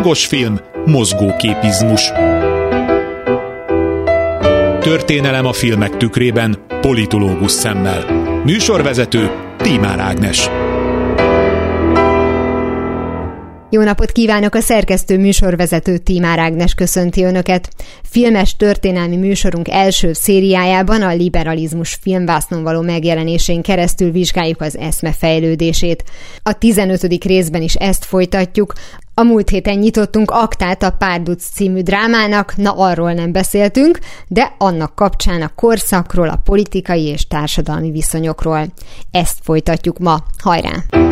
Hangos film, mozgóképizmus. Történelem a filmek tükrében, politológus szemmel. Műsorvezető Tímár Ágnes. Jó napot kívánok, a szerkesztő műsorvezető Tímár Ágnes köszönti Önöket. Filmes történelmi műsorunk első szériájában a liberalizmus filmvásznon való megjelenésén keresztül vizsgáljuk az eszme fejlődését. A 15. részben is ezt folytatjuk. A múlt héten nyitottunk aktát a Párduc című drámának, arról nem beszéltünk, de annak kapcsán a korszakról, a politikai és társadalmi viszonyokról. Ezt folytatjuk ma. Hajrá!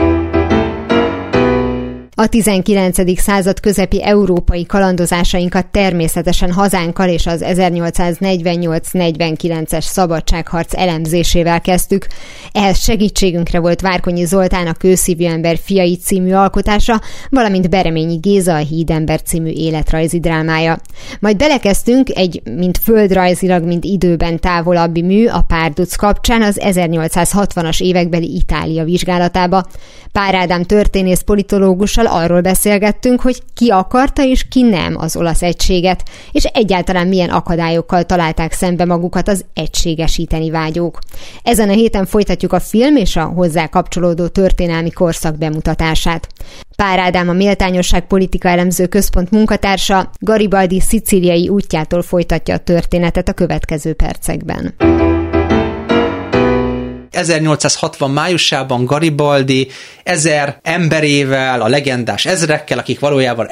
A 19. század közepi európai kalandozásainkat természetesen hazánkkal és az 1848-49-es szabadságharc elemzésével kezdtük. Ehhez segítségünkre volt Várkonyi Zoltán, a Kőszívű ember fiai című alkotása, valamint Bereményi Géza, a Hídember című életrajzi drámája. Majd belekezdtünk egy mind földrajzilag, mind időben távolabbi mű, a Párduc kapcsán az 1860-as évekbeli Itália vizsgálatába. Pár Ádám történész politológussal arról beszélgettünk, hogy ki akarta és ki nem az olasz egységet, és egyáltalán milyen akadályokkal találták szembe magukat az egységesíteni vágyók. Ezen a héten folytatjuk a film és a hozzá kapcsolódó történelmi korszak bemutatását. Pár Ádám, a Méltányosság Politika Elemző Központ munkatársa, Garibaldi szicíliai útjától folytatja a történetet a következő percekben. 1860 májusában Garibaldi 1000 emberével, a legendás ezrekkel, akik valójában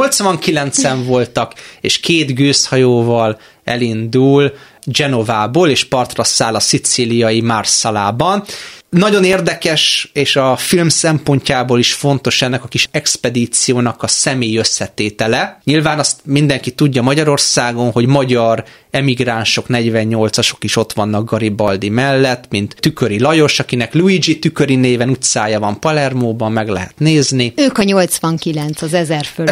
1089-en voltak, és 2 gőzhajóval elindul Genovából, és partra száll a szicíliai Marsalában. Nagyon érdekes, és a film szempontjából is fontos ennek a kis expedíciónak a személy összetétele. Nyilván azt mindenki tudja Magyarországon, hogy magyar emigránsok, 48-asok is ott vannak Garibaldi mellett, mint Tüköri Lajos, akinek Luigi Tüköri néven utcája van Palermóban, meg lehet nézni. Ők a 89, az 1000 fölött.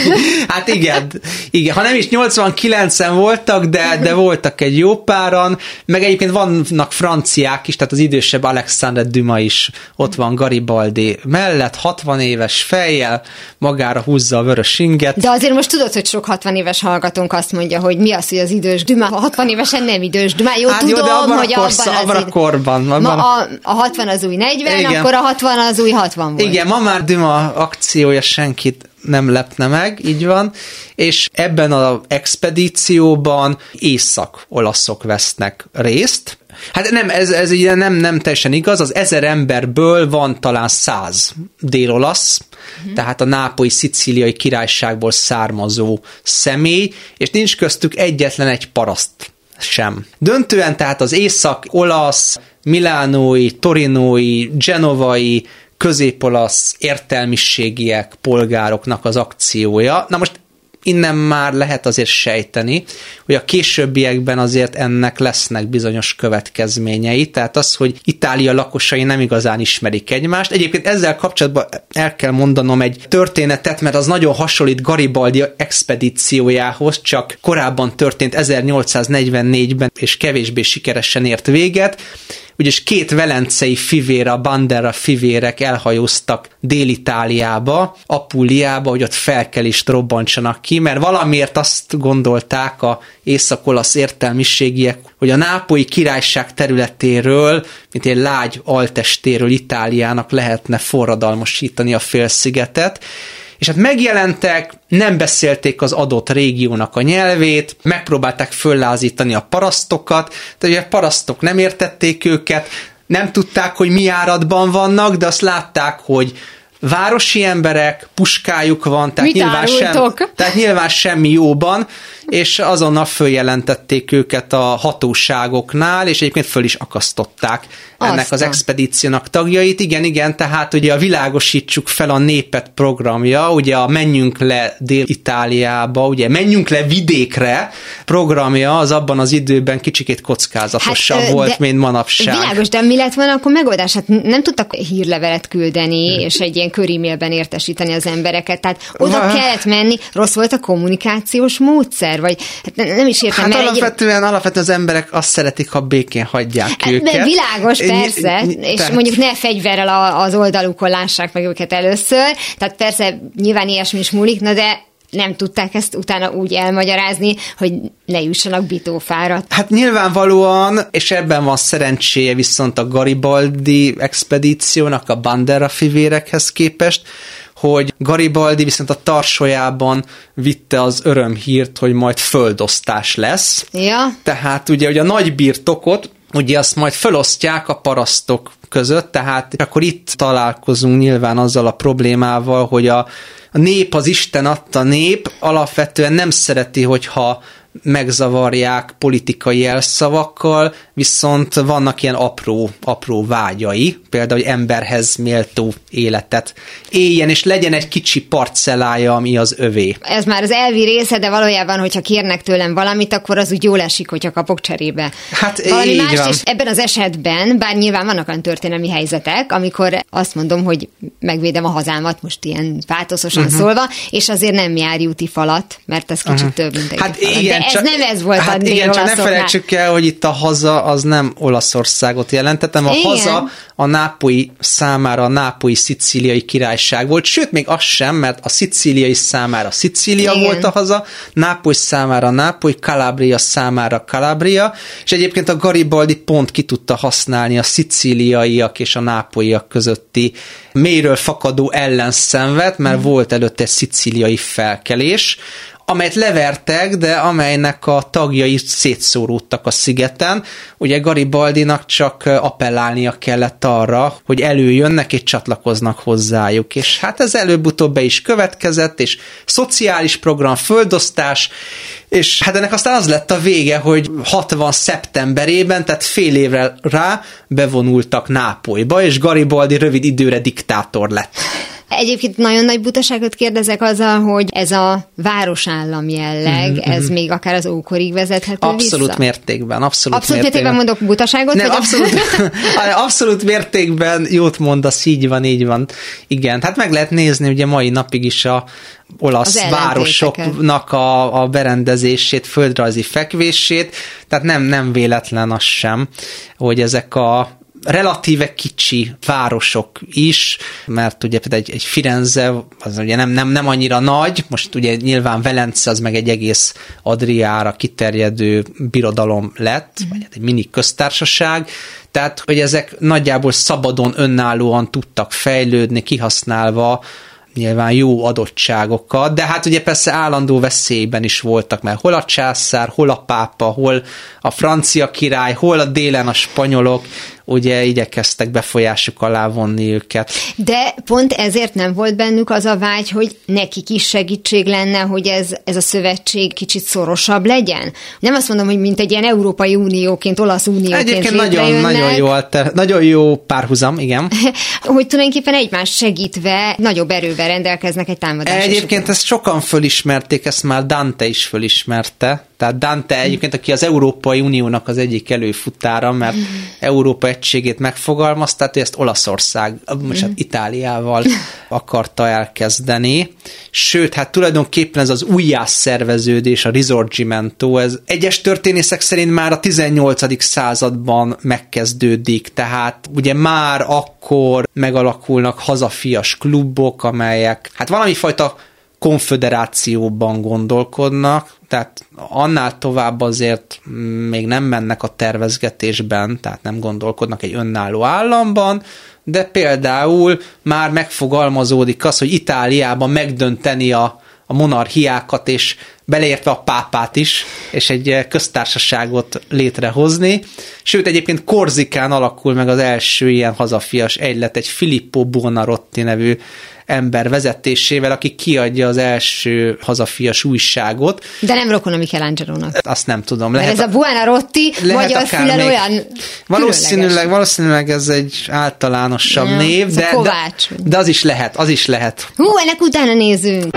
Hát igen, ha nem is 89-en voltak, de voltak egy jó páran, meg egyébként vannak franciák is, tehát az idősebb Alexandre Dumas is ott van Garibaldi mellett, 60 éves fejjel, magára húzza a vörös inget. De azért most tudod, hogy sok 60 éves hallgatónk azt mondja, hogy mi az, hogy az idős Dumas, 60 évesen nem idős Dumas. Jó, tudom, jó, de hogy abban a korban. A 60 az új 40, igen. Akkor a 60 az új 60 volt. Igen, ma már Dumas akciója senkit nem lepne meg, így van, és ebben az expedícióban észak-olaszok vesznek részt. Hát nem, ez ugye nem teljesen igaz, az 1000 emberből van talán 100 dél-olasz, tehát a nápolyi-szicíliai királyságból származó személy, és nincs köztük egyetlen egy paraszt sem. Döntően tehát az észak-olasz, milánói, torinói, genovai, közép-olasz értelmiségiek, polgároknak az akciója. Na most innen már lehet azért sejteni, hogy a későbbiekben azért ennek lesznek bizonyos következményei, tehát az, hogy Itália lakosai nem igazán ismerik egymást. Egyébként ezzel kapcsolatban el kell mondanom egy történetet, mert az nagyon hasonlít Garibaldi expedíciójához, csak korábban történt 1844-ben, és kevésbé sikeresen ért véget. Ugyis 2 velencei fivér, a Bandera fivérek elhajóztak Dél-Itáliába, Apuliába, hogy ott felkelést robbantsanak ki, mert valamiért azt gondolták a észak-olasz értelmiségiek, hogy a nápolyi királyság területéről, mint egy lágy altestéről Itáliának lehetne forradalmasítani a félszigetet, és hát megjelentek, nem beszélték az adott régiónak a nyelvét, megpróbálták föllázítani a parasztokat, tehát a parasztok nem értették őket, nem tudták, hogy mi áradban vannak, de azt látták, hogy városi emberek, puskájuk van, tehát nyilván semmi jóban, és azonnal följelentették őket a hatóságoknál, és egyébként föl is akasztották ennek az expedíciónak tagjait. Igen, tehát ugye a Világosítsuk fel a népet programja, ugye a Menjünk le Dél-Itáliába, ugye Menjünk le vidékre programja, az abban az időben kicsikét kockázatosabb volt, mint manapság. Világos, de mi lett volna akkor megoldás? Hát nem tudtak hírlevelet küldeni, és egy ilyen körímélben értesíteni az embereket, tehát oda kellett menni, rossz volt a kommunikációs módszer, vagy hát nem is értem. Hát alapvetően az emberek azt szeretik, ha békén hagyják őket. De világos, persze, és mondjuk ne fegyverrel az oldalukon lássák meg őket először, tehát persze nyilván ilyesmi is múlik, de nem tudták ezt utána úgy elmagyarázni, hogy ne jussanak bitófára. Hát nyilvánvalóan, és ebben van szerencséje viszont a Garibaldi expedíciónak a Bandera fivérekhez képest, hogy Garibaldi viszont a tarsolyában vitte az örömhírt, hogy majd földosztás lesz. Ja. Tehát ugye, hogy a nagy birtokot, ugye azt majd felosztják a parasztok között, tehát akkor itt találkozunk nyilván azzal a problémával, hogy a nép, az Isten adta nép alapvetően nem szereti, hogyha megzavarják politikai jelszavakkal, viszont vannak ilyen apró vágyai, például, hogy emberhez méltó életet éljen, és legyen egy kicsi parcellája, ami az övé. Ez már az elvi része, de valójában, hogyha kérnek tőlem valamit, akkor az úgy jól esik, hogyha kapok cserébe. Hát valami így mást, van. És ebben az esetben, bár nyilván vannak olyan történelmi helyzetek, amikor azt mondom, hogy megvédem a hazámat, most ilyen pátoszosan szólva, és azért nem jár úti falat, mert ez kicsit több, mint egy hát falat. igen, de ez nem ez volt a igen, csak ne felejtsük el, hogy itt a haza az nem Olaszországot jelentett, hanem a haza a nápolyi számára a nápolyi-szicíliai királyság volt, sőt, még az sem, mert a szicíliai számára Szicília volt a haza, Nápoly számára Nápoly, Calabria számára Calabria, és egyébként a Garibaldi pont ki tudta használni a szicíliaiak és a nápolyiak közötti mélyről fakadó ellenszenvet, mert volt előtte egy szicíliai felkelés, amelyet levertek, de amelynek a tagjai szétszóródtak a szigeten. Ugye Garibaldinak csak appellálnia kellett arra, hogy előjönnek és csatlakoznak hozzájuk. És hát ez előbb-utóbb be is következett, és szociális program, földosztás, és hát ennek aztán az lett a vége, hogy 60 szeptemberében, tehát fél évre rá bevonultak Nápolyba, és Garibaldi rövid időre diktátor lett. Egyébként nagyon nagy butaságot kérdezek azzal, hogy ez a városállam jelleg, ez még akár az ókorig vezethető abszolút vissza? Mértékben, abszolút mértékben mondok butaságot? Nem, vagy abszolút mértékben jót mondasz, így van. Igen, hát meg lehet nézni ugye mai napig is a olasz városoknak a berendezését, földrajzi fekvését, tehát nem véletlen az sem, hogy ezek a relatíve kicsi városok is, mert ugye egy Firenze az ugye nem annyira nagy, most ugye nyilván Velence az meg egy egész Adriára kiterjedő birodalom lett, vagy egy mini köztársaság, tehát hogy ezek nagyjából szabadon, önállóan tudtak fejlődni, kihasználva nyilván jó adottságokat, de hát ugye persze állandó veszélyben is voltak, mert hol a császár, hol a pápa, hol a francia király, hol a délen a spanyolok, ugye igyekeztek befolyásuk alá vonni őket. De pont ezért nem volt bennük az a vágy, hogy nekik is segítség lenne, hogy ez a szövetség kicsit szorosabb legyen? Nem azt mondom, hogy mint egy ilyen Európai Unióként, Olasz Unióként egyébként nagyon jó párhuzam, igen. Hogy tulajdonképpen egymást segítve nagyobb erővel rendelkeznek egy támadás. Egyébként ezt sokan fölismerték, ezt már Dante is fölismerte. Tehát Dante egyébként, aki az Európai Uniónak az egyik előfutára, mert Európa egységét megfogalmazta, tehát ő ezt Olaszország, most hát Itáliával akarta elkezdeni. Sőt, hát tulajdonképpen ez az újjászerveződés, a Risorgimento, ez egyes történészek szerint már a 18. században megkezdődik, tehát ugye már akkor megalakulnak hazafias klubok, amelyek hát valami fajta konföderációban gondolkodnak, tehát annál tovább azért még nem mennek a tervezgetésben, tehát nem gondolkodnak egy önálló államban, de például már megfogalmazódik az, hogy Itáliában megdönteni a monarchiákat, és beleértve a pápát is, és egy köztársaságot létrehozni. Sőt, egyébként Korzikán alakul meg az első ilyen hazafias egylet, egy Filippo Buonarroti nevű ember vezetésével, aki kiadja az első hazafias újságot. De nem rokon a Michelangelo-nak. Azt nem tudom. Mert ez a Buonarroti magyar füllel olyan valószínűleg ez egy általánosabb név, de az is lehet. Ennek utána nézünk.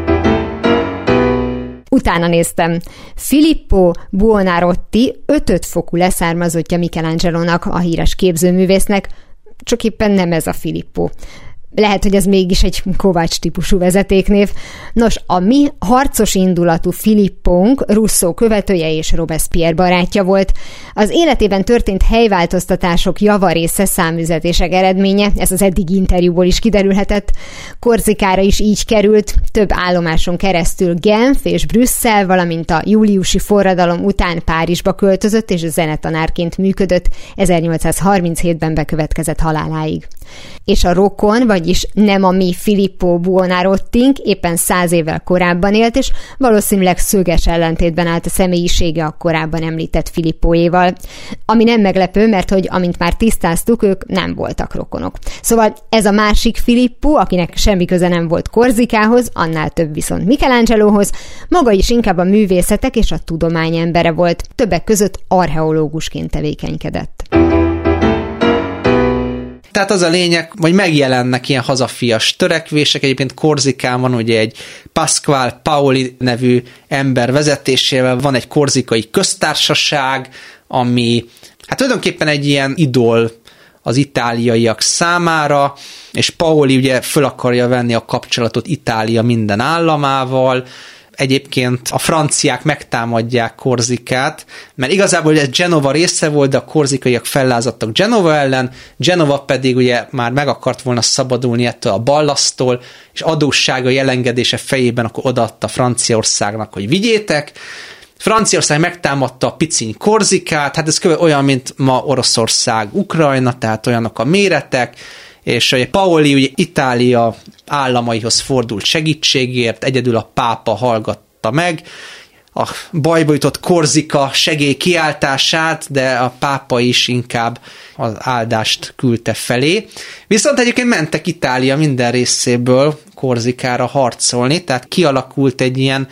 Utána néztem. Filippo Buonarroti 5. fokú leszármazottja Michelangelo-nak, a híres képzőművésznek, csak éppen nem ez a Filippo. Lehet, hogy ez mégis egy Kovács típusú vezetéknév. Nos, a mi harcos indulatú Philippónk Rousseau követője és Robespierre barátja volt. Az életében történt helyváltoztatások javarésze számüzetések eredménye, ez az eddigi interjúból is kiderülhetett. Korzikára is így került, több állomáson keresztül Genf és Brüsszel, valamint a júliusi forradalom után Párizsba költözött és zenetanárként működött, 1837-ben bekövetkezett haláláig. És a rokon, vagyis nem a mi Filippo Buonarrotink éppen 100 évvel korábban élt, és valószínűleg szöges ellentétben állt a személyisége a korábban említett Filippóéval. Ami nem meglepő, mert hogy amint már tisztáztuk, ők nem voltak rokonok. Szóval ez a másik Filippo, akinek semmi köze nem volt Korzikához, annál több viszont Michelangelohoz, maga is inkább a művészetek és a tudomány embere volt, többek között archeológusként tevékenykedett. Tehát az a lényeg, hogy megjelennek ilyen hazafias törekvések, egyébként Korzikán van ugye egy Pasquale Paoli nevű ember vezetésével, van egy korzikai köztársaság, ami hát tulajdonképpen egy ilyen idol az itáliaiak számára, és Paoli ugye föl akarja venni a kapcsolatot Itália minden államával. Egyébként a franciák megtámadják Korzikát, mert igazából ez Genova része volt, de a korzikaiak fellázadtak Genova ellen, Genova pedig ugye már meg akart volna szabadulni ettől a ballasztól, és adósságai elengedése fejében akkor odaadta Franciaországnak, hogy vigyétek. Franciaország megtámadta a piciny Korzikát, hát ez olyan, mint ma Oroszország, Ukrajna, tehát olyanok a méretek, és Paoli ugye Itália államaihoz fordult segítségért, egyedül a pápa hallgatta meg a bajba jutott Korzika segély kiáltását, de a pápa is inkább az áldást küldte felé. Viszont egyébként mentek Itália minden részéből Korzikára harcolni, tehát kialakult egy ilyen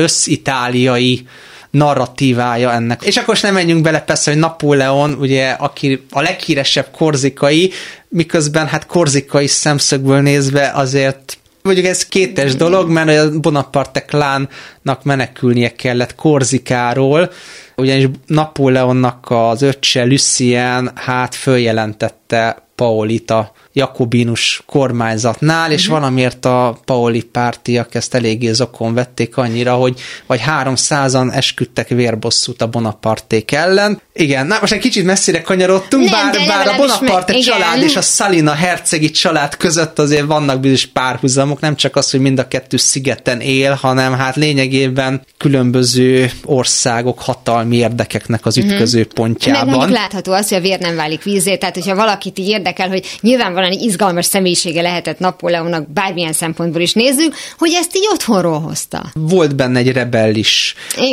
összitáliai narratívája ennek. És akkor nem menjünk bele persze, hogy Napóleon, ugye, aki a leghíresebb korzikai, miközben hát korzikai szemszögből nézve azért mondjuk ez kétes dolog, mert a Bonaparte klánnak menekülnie kellett Korzikáról, ugyanis Napóleonnak az öccse Lucien hát följelentette Paolit a jakobinus kormányzatnál, és valamiért a Paoli pártiak ezt eléggé zokon vették annyira, hogy vagy 300-an esküdtek vérbosszút a Bonaparték ellen. Igen, na most egy kicsit messzire kanyarodtunk, bár a Bonaparte család és a Salina hercegi család között azért vannak bizonyos párhuzamok, nem csak az, hogy mind a kettő szigeten él, hanem hát lényegében különböző országok hatalmi érdekeknek az ütköző pontjában. Meg mondjuk látható az, hogy a vér nem válik vízzé, tehát hogyha valakit így érdekel, hogy nyilvánvalóan egy izgalmas személyisége lehetett Napóleonnak, bármilyen szempontból is nézzük, hogy ezt így otthonról hozta. Volt benne egy rebellis,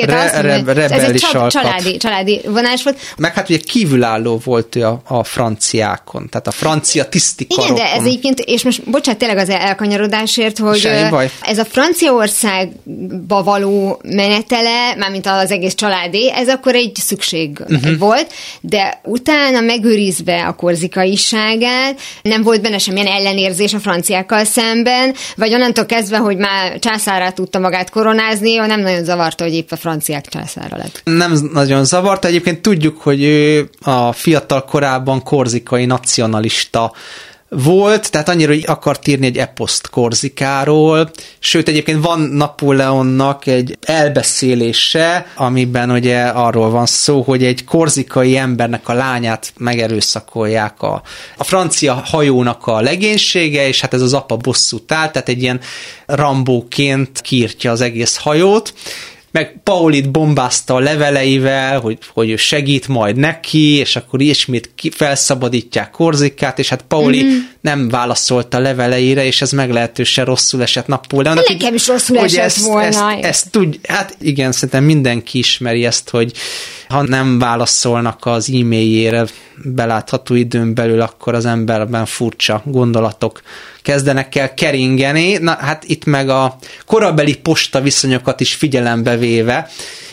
rebellis ez egy családi vonás volt. Meg hát ugye kívülálló volt ő a franciákon, tehát a francia tisztikarokon. Igen, de ez egyébként, és most bocsánat tényleg az elkanyarodásért, hogy ez a Franciaországba való menetele, mármint az egész családé, ez akkor egy szükség volt, de utána megőrizve a korzikaiságát, nem volt benne semmilyen ellenérzés a franciákkal szemben, vagy onnantól kezdve, hogy már császárrá tudta magát koronázni, nem nagyon zavarta, hogy épp a franciák császára lett. Nem nagyon zavarta, egyébként tudjuk, hogy ő a fiatal korában korzikai nacionalista volt, tehát annyira, hogy akart írni egy eposzt Korzikáról, sőt egyébként van Napóleonnak egy elbeszélése, amiben ugye arról van szó, hogy egy korzikai embernek a lányát megerőszakolják a francia hajónak a legénysége, és hát ez az apa bosszút áll, tehát egy ilyen Rambóként kiírtja az egész hajót, meg Paolit bombázta a leveleivel, hogy ő segít majd neki, és akkor ismét felszabadítják Korzikát, és hát Paoli nem válaszolt a leveleire, és ez meglehetősen rosszul esett Napóleonnak. Nekem is rosszul esett volna. Hát igen, szerintem mindenki ismeri ezt, hogy ha nem válaszolnak az e-mailjére belátható időn belül, akkor az emberben furcsa gondolatok kezdenek el keringeni. Na hát itt meg a korabeli posta viszonyokat is figyelembe véve,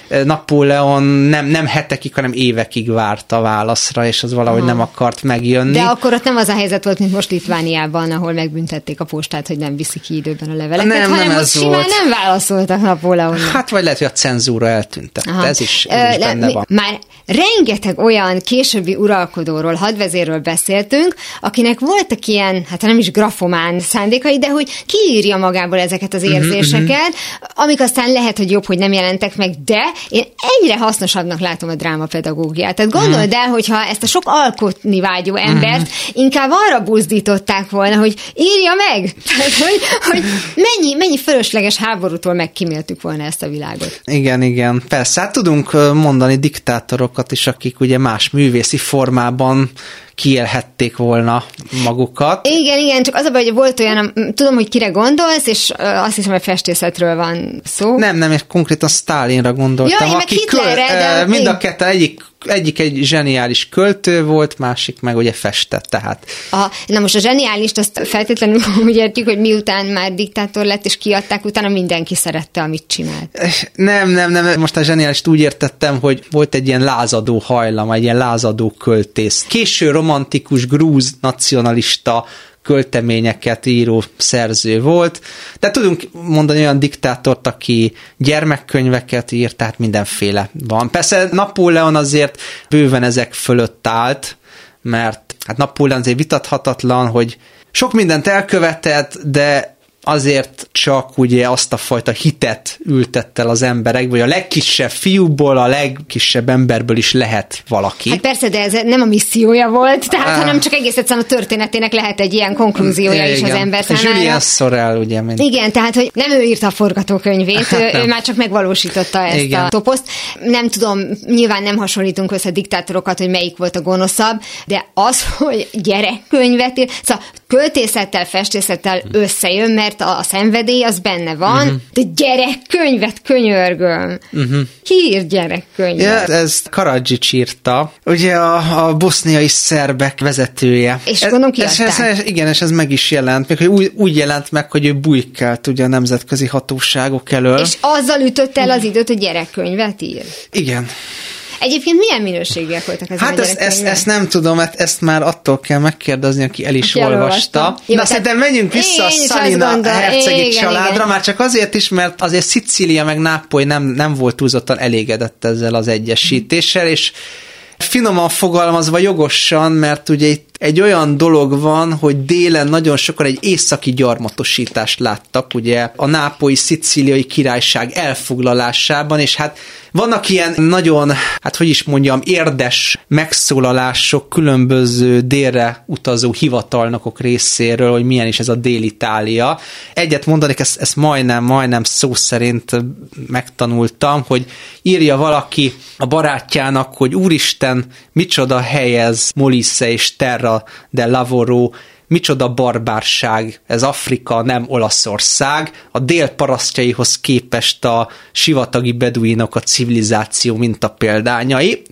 Napóleon nem hetekig, hanem évekig várt a válaszra, és az valahogy nem akart megjönni. De akkor ott nem az a helyzet volt, mint most Litvániában, ahol megbüntették a postát, hogy nem viszi ki időben a leveleket, hanem ott simán nem válaszoltak Napóleonnak. Hát vagy lehet, hogy a cenzúra eltűntek. Ez is benne van. Már rengeteg olyan későbbi uralkodóról, hadvezérről beszéltünk, akinek voltak ilyen, hát nem is grafomán szándékai, de hogy kiírja magából ezeket az érzéseket, amik aztán lehet, hogy jobb, hogy nem jelentek meg, de én egyre hasznosabbnak látom a drámapedagógiát. Tehát gondold el, hogyha ezt a sok alkotni vágyó embert inkább arra buzdították volna, hogy írja meg! Tehát, hogy mennyi fölösleges háborútól megkíméltük volna ezt a világot. Igen. Persze, hát tudunk mondani diktátorokat is, akik ugye más művészi formában kiélhették volna magukat. Igen, csak az a baj, hogy volt olyan, tudom, hogy kire gondolsz, és azt hiszem, hogy festészetről van szó. Nem, és konkrétan Sztálinra gondoltam. Ja, aki mind a kettő, egyik egy zseniális költő volt, másik meg ugye festett, tehát. Na most a zseniálist azt feltétlenül úgy értjük, hogy miután már diktátor lett, és kiadták, utána mindenki szerette, amit csinált. Nem, most a zseniálist úgy értettem, hogy volt egy ilyen lázadó hajlam, egy ilyen lázadó költész. Késő romantikus, grúz, nacionalista költeményeket író szerző volt, de tudunk mondani olyan diktátort, aki gyermekkönyveket írt, tehát mindenféle van. Persze Napóleon azért bőven ezek fölött állt, mert hát Napóleon azért vitathatatlan, hogy sok mindent elkövetett, de azért csak ugye azt a fajta hitet ültett el az emberekbe, hogy a legkisebb fiúból, a legkisebb emberből is lehet valaki. Hát persze, de ez nem a missziója volt, tehát hanem csak egész egyszerűen a történetének lehet egy ilyen konklúziója is az ember számára. Julien Sorel, ugye. Igen, tehát, hogy nem ő írta a forgatókönyvét, ő már csak megvalósította ezt a toposzt. Nem tudom, nyilván nem hasonlítunk össze diktátorokat, hogy melyik volt a gonoszabb, de az, hogy gyerekkönyvet ír, szóval költészettel, festészettel összejön, mert a szenvedély az benne van, de gyerekkönyvet, könyörgöm. Ki ír gyerekkönyvet? Ja, ezt Karadzics írta, ugye a boszniai szerbek vezetője. És gondolom kiadták. Igen, és ez meg is jelent, még hogy úgy jelent meg, hogy ő bujkált ugye a nemzetközi hatóságok elől. És azzal ütött el az időt, hogy gyerekkönyvet ír. Igen. Egyébként milyen minőségűek voltak ezek a gyerekkönyvek? Ezt nem tudom, mert ezt már attól kell megkérdezni, aki el is olvasta. Na, szerintem menjünk vissza a Szalina hercegi családra, már csak azért is, mert azért Szicília meg Nápoly nem volt túlzottan elégedett ezzel az egyesítéssel, és finoman fogalmazva jogosan, mert ugye itt egy olyan dolog van, hogy délen nagyon sokan egy északi gyarmatosítást láttak, ugye a nápolyi-szicíliai királyság elfoglalásában, és hát vannak ilyen nagyon, hát hogy is mondjam, érdes megszólalások különböző délre utazó hivatalnokok részéről, hogy milyen is ez a Dél-Itália. Egyet mondanék, ezt majdnem szó szerint megtanultam, hogy írja valaki a barátjának, hogy úristen, micsoda hely ez, Molise és Terra de Lavoro, micsoda barbárság, ez Afrika, nem Olaszország, a dél parasztjaihoz képest a sivatagi beduinok a civilizáció mintapéldányai.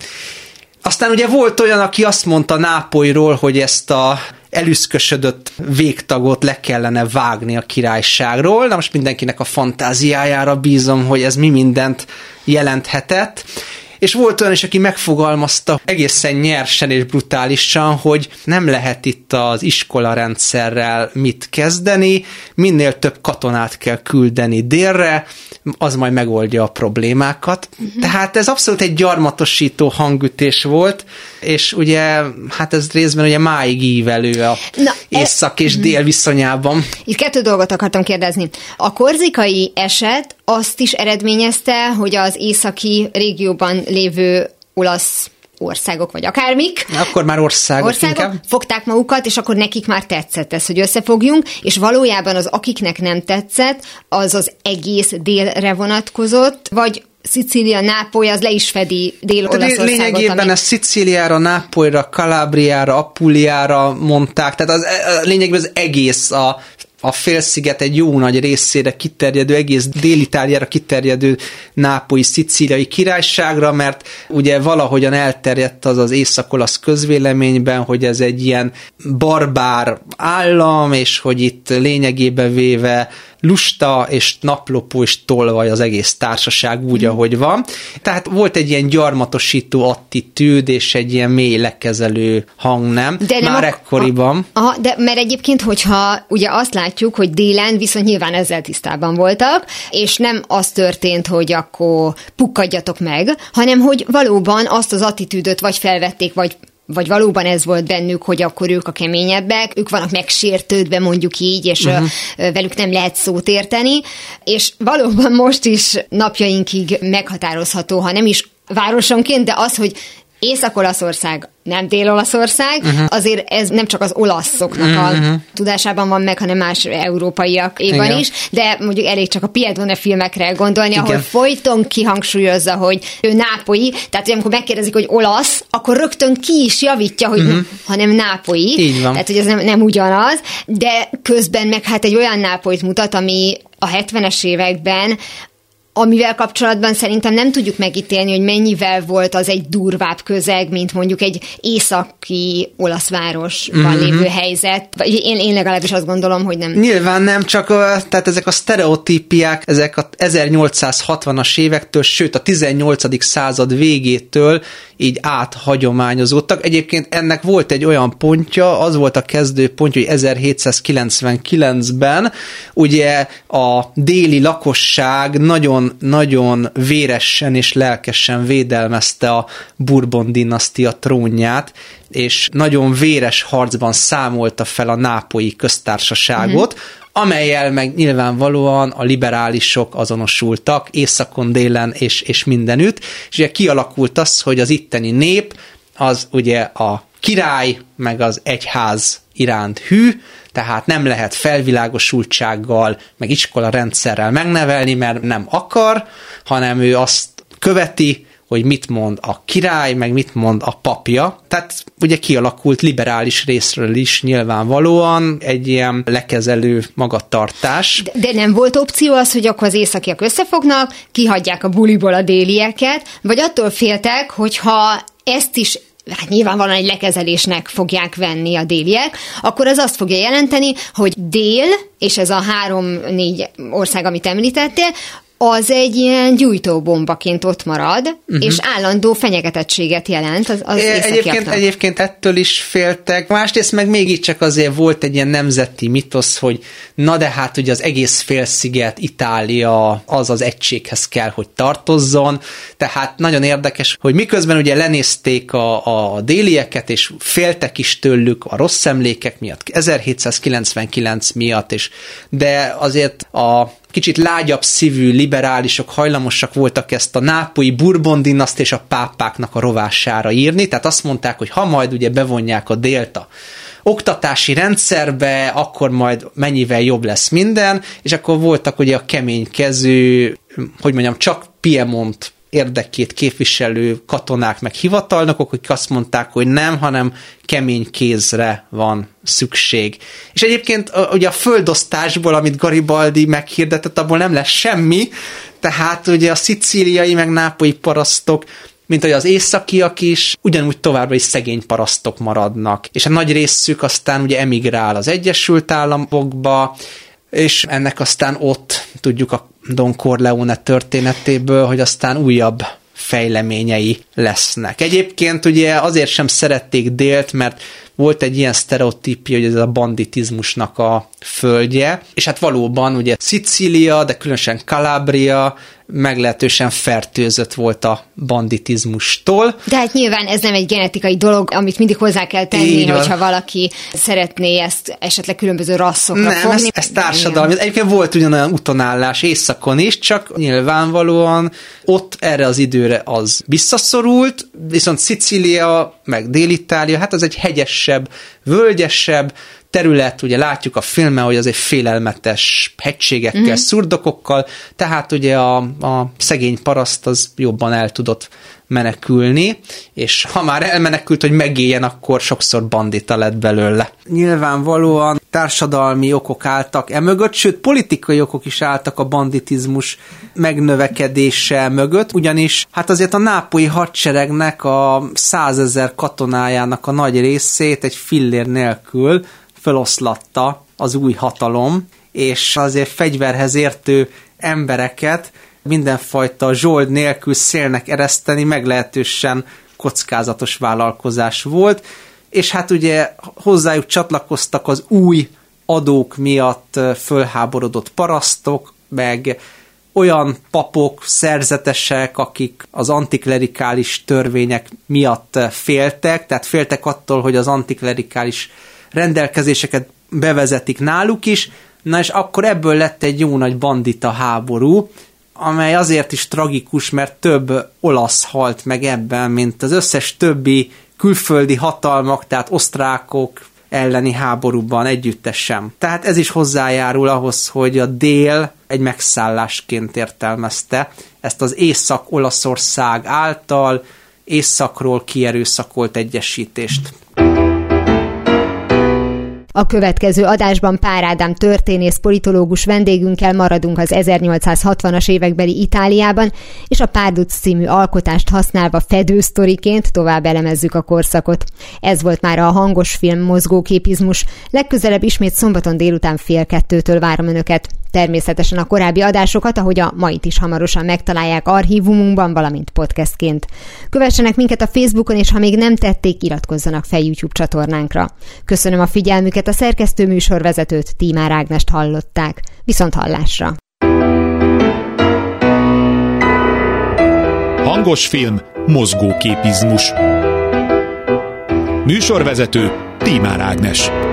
Aztán ugye volt olyan, aki azt mondta Nápolyról, hogy ezt a elüszkösödött végtagot le kellene vágni a királyságról. Na most mindenkinek a fantáziájára bízom, hogy ez mi mindent jelenthetett. És volt olyan is, aki megfogalmazta egészen nyersen és brutálisan, hogy nem lehet itt az iskolarendszerrel mit kezdeni, minél több katonát kell küldeni délre, az majd megoldja a problémákat. Tehát ez abszolút egy gyarmatosító hangütés volt, és ugye, hát ez részben ugye máig ívelő a észak és dél viszonyában. Itt 2 dolgot akartam kérdezni. A korzikai eset azt is eredményezte, hogy az északi régióban lévő olasz országok, vagy akármik. Akkor már országok fogták magukat, és akkor nekik már tetszett ez, hogy összefogjunk, és valójában az akiknek nem tetszett, az egész délre vonatkozott, vagy Szicília, Nápoly, az le is fedi Dél-Olaszországot. Lényegében ezt Szicíliára, Nápolyra, Kalábriára, Apuliára mondták, tehát lényegében az egész a a félsziget egy jó nagy részére kiterjedő, egész Dél-Itáliára kiterjedő nápolyi, szicíliai királyságra, mert ugye valahogyan elterjedt az észak-olasz közvéleményben, hogy ez egy ilyen barbár állam, és hogy itt lényegében véve lusta és naplopó és tolvaj az egész társaság úgy, ahogy van. Tehát volt egy ilyen gyarmatosító attitűd, és egy ilyen mély lekezelő hangnem. De már ekkoriban. De mert egyébként, hogyha ugye azt látjuk, hogy délen viszont nyilván ezzel tisztában voltak, és nem az történt, hogy akkor pukkadjatok meg, hanem hogy valóban azt az attitűdöt vagy felvették, vagy valóban ez volt bennük, hogy akkor ők a keményebbek, ők vannak megsértődve, mondjuk így, és velük nem lehet szót érteni, és valóban most is napjainkig meghatározható, ha nem is városonként, de az, hogy Észak-Olaszország, nem Dél-Olaszország, azért ez nem csak az olaszoknak a tudásában van meg, hanem más európaiakban is, de mondjuk elég csak a Piedone filmekre gondolni, ahol folyton kihangsúlyozza, hogy ő nápolyi, tehát hogy amikor megkérdezik, hogy olasz, akkor rögtön ki is javítja, hogy hanem nápolyi, tehát hogy ez nem ugyanaz, de közben meg hát egy olyan Nápolyt mutat, ami a 70-es években, amivel kapcsolatban szerintem nem tudjuk megítélni, hogy mennyivel volt az egy durvább közeg, mint mondjuk egy északi olasz városban lévő helyzet. Én legalábbis azt gondolom, hogy nem. Nyilván nem, csak tehát ezek a sztereotípiák, ezek a 1860-as évektől, sőt a 18. század végétől így áthagyományozódtak. Egyébként ennek volt egy olyan pontja, az volt a kezdőpontja, hogy 1799-ben ugye a déli lakosság nagyon véresen és lelkesen védelmezte a Bourbon dinasztia trónját, és nagyon véres harcban számolta fel a nápolyi köztársaságot, amellyel meg nyilvánvalóan a liberálisok azonosultak északon, délen és mindenütt, és ugye kialakult az, hogy az itteni nép az ugye a király meg az egyház iránt hű, tehát nem lehet felvilágosultsággal, meg iskola rendszerrel megnevelni, mert nem akar, hanem ő azt követi, hogy mit mond a király, meg mit mond a papja. Tehát ugye kialakult liberális részről is nyilvánvalóan egy ilyen lekezelő magatartás. De nem volt opció az, hogy akkor az északiak összefognak, kihagyják a buliból a délieket, vagy attól féltek, hogyha ezt is hát nyilvánvalóan egy lekezelésnek fogják venni a déliek, akkor az azt fogja jelenteni, hogy dél, és ez a 3-4 ország, amit említettél, az egy ilyen gyújtóbombaként ott marad, és állandó fenyegetettséget jelent az északiaknak. Egyébként ettől is féltek. Másrészt meg mégiscsak azért volt egy ilyen nemzeti mitosz, hogy na de hát ugye az egész félsziget, Itália az egységhez kell, hogy tartozzon. Tehát nagyon érdekes, hogy miközben ugye lenézték a délieket, és féltek is tőlük a rossz emlékek miatt, 1799 miatt, de azért a kicsit lágyabb szívű liberálisok hajlamosak voltak ezt a nápolyi Bourbon dinasztia és a pápáknak a rovására írni, tehát azt mondták, hogy ha majd ugye bevonják a délt a oktatási rendszerbe, akkor majd mennyivel jobb lesz minden, és akkor voltak ugye a keménykezű, hogy mondjam, csak Piemont érdekét képviselő katonák meg hivatalnokok, akik azt mondták, hogy nem, hanem kemény kézre van szükség. És egyébként ugye a földosztásból, amit Garibaldi meghirdetett, abból nem lesz semmi, tehát ugye a szicíliai meg nápolyi parasztok, mint hogy az északiak is, ugyanúgy továbbra is szegény parasztok maradnak. És a nagy részük aztán ugye emigrál az Egyesült Államokba, és ennek aztán ott tudjuk a Don Corleone történetéből, hogy aztán újabb fejleményei lesznek. Egyébként ugye azért sem szerették délt, mert volt egy ilyen sztereotípia, hogy ez a banditizmusnak a földje, és hát valóban ugye Szicília, de különösen Calabria meglehetősen fertőzött volt a banditizmustól. De hát nyilván ez nem egy genetikai dolog, amit mindig hozzá kell tenni, hogyha valaki szeretné ezt esetleg különböző rasszokra fogni. Nem, ez társadalmi. Egyébként volt ugyanolyan utonállás északon is, csak nyilvánvalóan ott erre az időre az visszaszorult, viszont Szicília, meg Dél-Itália, hát az egy hegyesebb, völgyesebb, terület, ugye látjuk a filmen, hogy az egy félelmetes hegységekkel, szurdokokkal, tehát ugye a szegény paraszt az jobban el tudott menekülni, és ha már elmenekült, hogy megéljen, akkor sokszor bandita lett belőle. Nyilvánvalóan társadalmi okok álltak emögött, sőt politikai okok is álltak a banditizmus megnövekedése mögött, ugyanis hát azért a nápolyi hadseregnek a 100 000 katonájának a nagy részét egy fillér nélkül feloszlatta az új hatalom, és azért fegyverhez értő embereket mindenfajta zsold nélkül szélnek ereszteni meglehetősen kockázatos vállalkozás volt, és hát ugye hozzájuk csatlakoztak az új adók miatt fölháborodott parasztok, meg olyan papok, szerzetesek, akik az antiklerikális törvények miatt féltek, tehát féltek attól, hogy az antiklerikális rendelkezéseket bevezetik náluk is, na és akkor ebből lett egy jó nagy bandita háború, amely azért is tragikus, mert több olasz halt meg ebben, mint az összes többi külföldi hatalmak, tehát osztrákok elleni háborúban együttesen. Tehát ez is hozzájárul ahhoz, hogy a dél egy megszállásként értelmezte ezt az Észak-Olaszország által északról kierőszakolt egyesítést. A következő adásban Pár Ádám történész politológus vendégünkkel maradunk az 1860-as évekbeli Itáliában, és a Párduc című alkotást használva fedősztoriként tovább elemezzük a korszakot. Ez volt már a hangos film mozgóképizmus. Legközelebb ismét szombaton délután 1:30-től várom Önöket. Természetesen a korábbi adásokat, ahogy a mait is hamarosan megtalálják archívumunkban, valamint podcastként. Kövessenek minket a Facebookon, és ha még nem tették, iratkozzanak fel YouTube csatornánkra. Köszönöm a figyelmüket, a szerkesztő műsorvezetőt, Tímár Ágnest hallották. Viszont hallásra! Hangos film, mozgóképizmus. Műsorvezető Tímár Ágnes.